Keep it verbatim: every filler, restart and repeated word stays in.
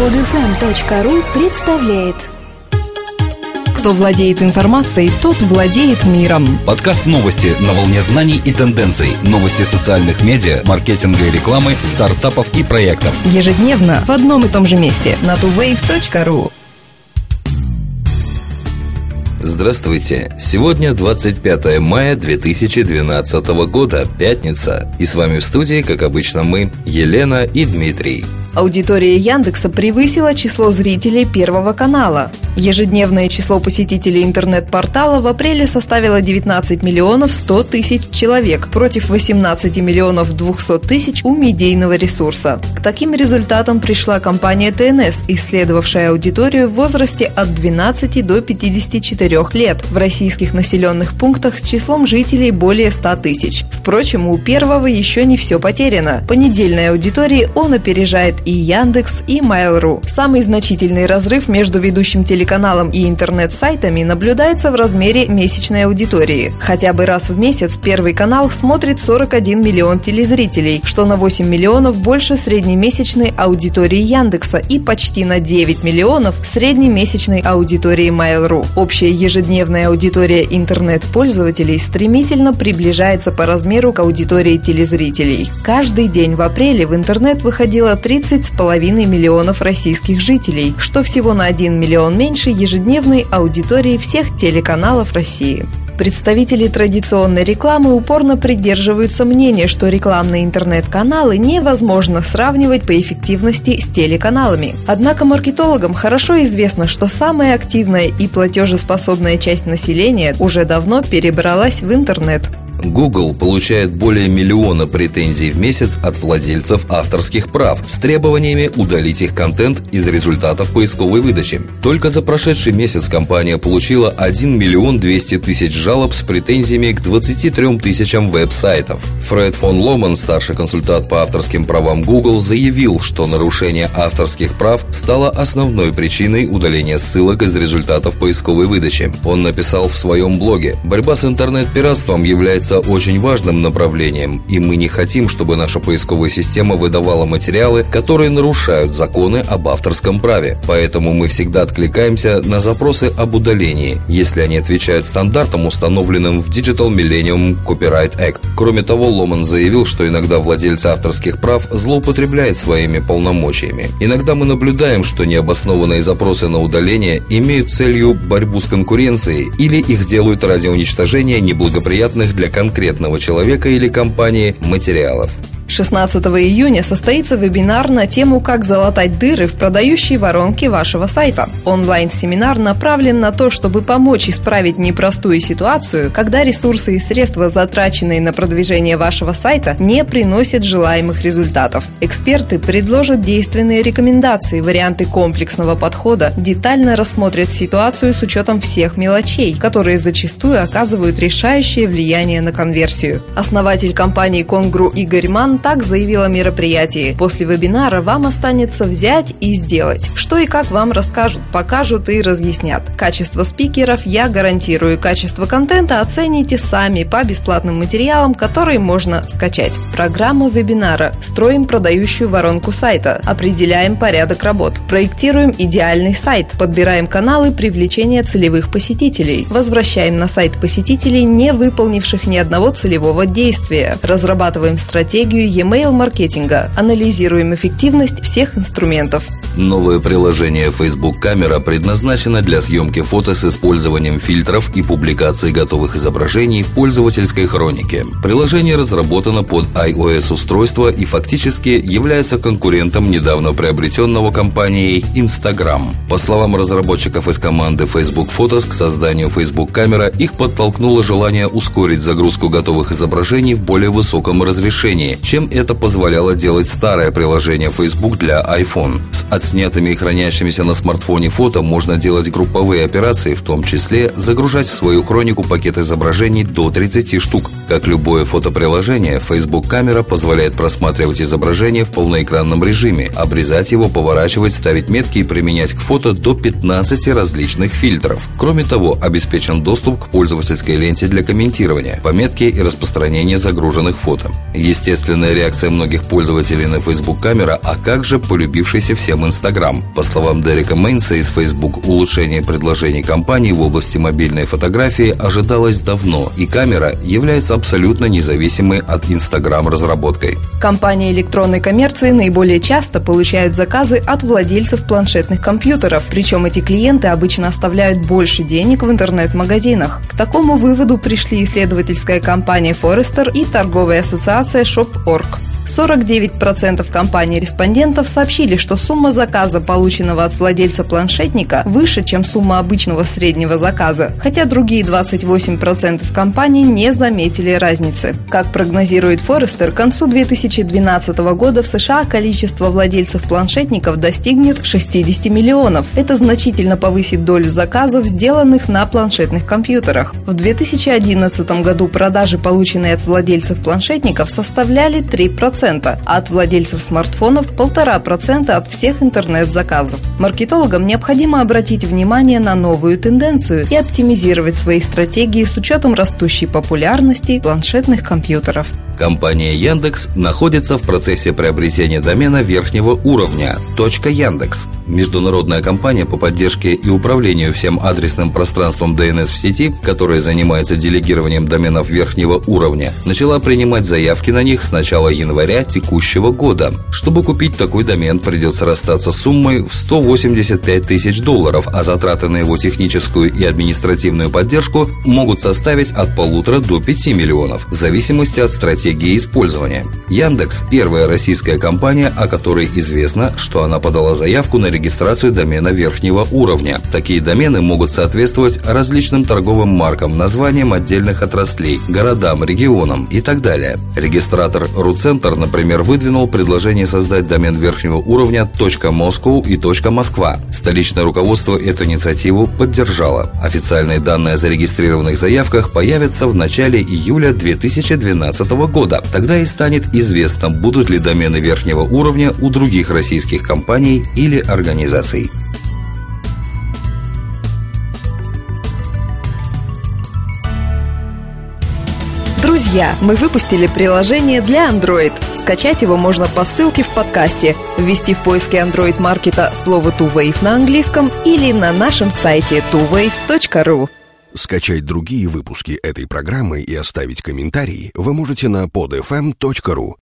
под эф эм точка ру представляет. Кто владеет информацией, тот владеет миром. Подкаст «Новости» на волне знаний и тенденций. Новости социальных медиа, маркетинга и рекламы, стартапов и проектов. Ежедневно в одном и том же месте на ту вейв точка ру. Здравствуйте! Сегодня двадцать пятое мая две тысячи двенадцатого года, пятница. И с вами в студии, как обычно, мы, Елена и Дмитрий. Аудитория Яндекса превысила число зрителей Первого канала. Ежедневное число посетителей интернет-портала в апреле составило девятнадцать миллионов сто тысяч человек против восемнадцать миллионов двести тысяч у медийного ресурса. К таким результатам пришла компания тэ эн эс, исследовавшая аудиторию в возрасте от двенадцати до пятидесяти четырёх лет в российских населенных пунктах с числом жителей более ста тысяч. Впрочем, у первого еще не все потеряно. По недельной аудитории он опережает и Яндекс, и Mail.ru. Самый значительный разрыв между ведущим телеканалом и интернет-сайтами наблюдается в размере месячной аудитории. Хотя бы раз в месяц Первый канал смотрит сорок один миллион телезрителей, что на восемь миллионов больше среднемесячной аудитории Яндекса и почти на девять миллионов среднемесячной аудитории Mail.ru. Общая ежедневная аудитория интернет-пользователей стремительно приближается по размеру к аудитории телезрителей. Каждый день в апреле в интернет выходило тридцать с половиной миллионов российских жителей, что всего на один миллион меньше ежедневной аудитории всех телеканалов России. Представители традиционной рекламы упорно придерживаются мнения, что рекламные интернет-каналы невозможно сравнивать по эффективности с телеканалами. Однако маркетологам хорошо известно, что самая активная и платежеспособная часть населения уже давно перебралась в интернет. Google получает более миллиона претензий в месяц от владельцев авторских прав с требованиями удалить их контент из результатов поисковой выдачи. Только за прошедший месяц компания получила один миллион двести тысяч жалоб с претензиями к двадцати трём тысячам веб-сайтов. Фред фон Ломан, старший консультант по авторским правам Google, заявил, что нарушение авторских прав стало основной причиной удаления ссылок из результатов поисковой выдачи. Он написал в своем блоге: «Борьба с интернет-пиратством является очень важным направлением, и мы не хотим, чтобы наша поисковая система выдавала материалы, которые нарушают законы об авторском праве. Поэтому мы всегда откликаемся на запросы об удалении, если они отвечают стандартам, установленным в Digital Millennium Copyright Act». Кроме того, Ломан заявил, что иногда владельцы авторских прав злоупотребляют своими полномочиями. Иногда мы наблюдаем, что необоснованные запросы на удаление имеют целью борьбу с конкуренцией или их делают ради уничтожения неблагоприятных для конкретного человека или компании материалов. шестнадцатого июня состоится вебинар на тему «Как залатать дыры в продающей воронке вашего сайта». Онлайн-семинар направлен на то, чтобы помочь исправить непростую ситуацию, когда ресурсы и средства, затраченные на продвижение вашего сайта, не приносят желаемых результатов. Эксперты предложат действенные рекомендации, варианты комплексного подхода, детально рассмотрят ситуацию с учетом всех мелочей, которые зачастую оказывают решающее влияние на конверсию. Основатель компании «Конгру» Игорь Ман так заявил о мероприятии: «После вебинара вам останется взять и сделать. Что и как вам расскажут, покажут и разъяснят. Качество спикеров я гарантирую, качество контента оцените сами по бесплатным материалам, которые можно скачать». Программа вебинара: строим продающую воронку сайта, определяем порядок работ, проектируем идеальный сайт, подбираем каналы привлечения целевых посетителей, возвращаем на сайт посетителей, не выполнивших ни одного целевого действия, разрабатываем стратегию e-mail-маркетинга, анализируем эффективность всех инструментов. Новое приложение Facebook Камера предназначено для съемки фото с использованием фильтров и публикации готовых изображений в пользовательской хронике. Приложение разработано под iOS-устройство и фактически является конкурентом недавно приобретенного компанией Instagram. По словам разработчиков из команды Facebook Photos, к созданию Facebook Камера их подтолкнуло желание ускорить загрузку готовых изображений в более высоком разрешении, чем это позволяло делать старое приложение Facebook для iPhone. С отснятыми и хранящимися на смартфоне фото можно делать групповые операции, в том числе загружать в свою хронику пакет изображений до тридцати штук. Как любое фотоприложение, Facebook Камера позволяет просматривать изображение в полноэкранном режиме, обрезать его, поворачивать, ставить метки и применять к фото до пятнадцати различных фильтров. Кроме того, обеспечен доступ к пользовательской ленте для комментирования, пометки и распространения загруженных фото. Естественная реакция многих пользователей на Facebook камера, а как же полюбившийся всем Instagram? По словам Дерека Мейнса из Facebook, улучшение предложений компании в области мобильной фотографии ожидалось давно, и камера является абсолютно независимой от Instagram разработкой. Компании электронной коммерции наиболее часто получают заказы от владельцев планшетных компьютеров, причем эти клиенты обычно оставляют больше денег в интернет-магазинах. К такому выводу пришли исследовательская компания Forrester и торговая ассоциация Shop точка орг. сорок девять процентов компаний-респондентов сообщили, что сумма заказа, полученного от владельца планшетника, выше, чем сумма обычного среднего заказа, хотя другие двадцать восемь процентов компаний не заметили разницы. Как прогнозирует Forrester, к концу две тысячи двенадцатого года в США количество владельцев планшетников достигнет шестьдесят миллионов. Это значительно повысит долю заказов, сделанных на планшетных компьютерах. В две тысячи одиннадцатом году продажи, полученные от владельцев планшетников, составляли три процента. А от владельцев смартфонов – полтора процента от всех интернет-заказов. Маркетологам необходимо обратить внимание на новую тенденцию и оптимизировать свои стратегии с учетом растущей популярности планшетных компьютеров. Компания Яндекс находится в процессе приобретения домена верхнего уровня .яндекс. Международная компания по поддержке и управлению всем адресным пространством ди эн эс в сети, которая занимается делегированием доменов верхнего уровня, начала принимать заявки на них с начала января текущего года. Чтобы купить такой домен, придется расстаться с суммой в сто восемьдесят пять тысяч долларов, а затраты на его техническую и административную поддержку могут составить от полутора до пяти миллионов, в зависимости от стратегии использования. Яндекс – первая российская компания, о которой известно, что она подала заявку на регистрацию домена верхнего уровня. Такие домены могут соответствовать различным торговым маркам, названиям отдельных отраслей, городам, регионам и так далее. Регистратор РУЦентр, например, выдвинул предложение создать домен верхнего уровня .Moscow и .Москва. Столичное руководство эту инициативу поддержало. Официальные данные о зарегистрированных заявках появятся в начале июля две тысячи двенадцатого года. Тогда и станет известно, будут ли домены верхнего уровня у других российских компаний или организаций. Друзья, мы выпустили приложение для Android. Скачать его можно по ссылке в подкасте, ввести в поиске Android маркета слово TwoWave на английском или на нашем сайте two wave точка ru. Скачать другие выпуски этой программы и оставить комментарии вы можете на под эф эм точка ру.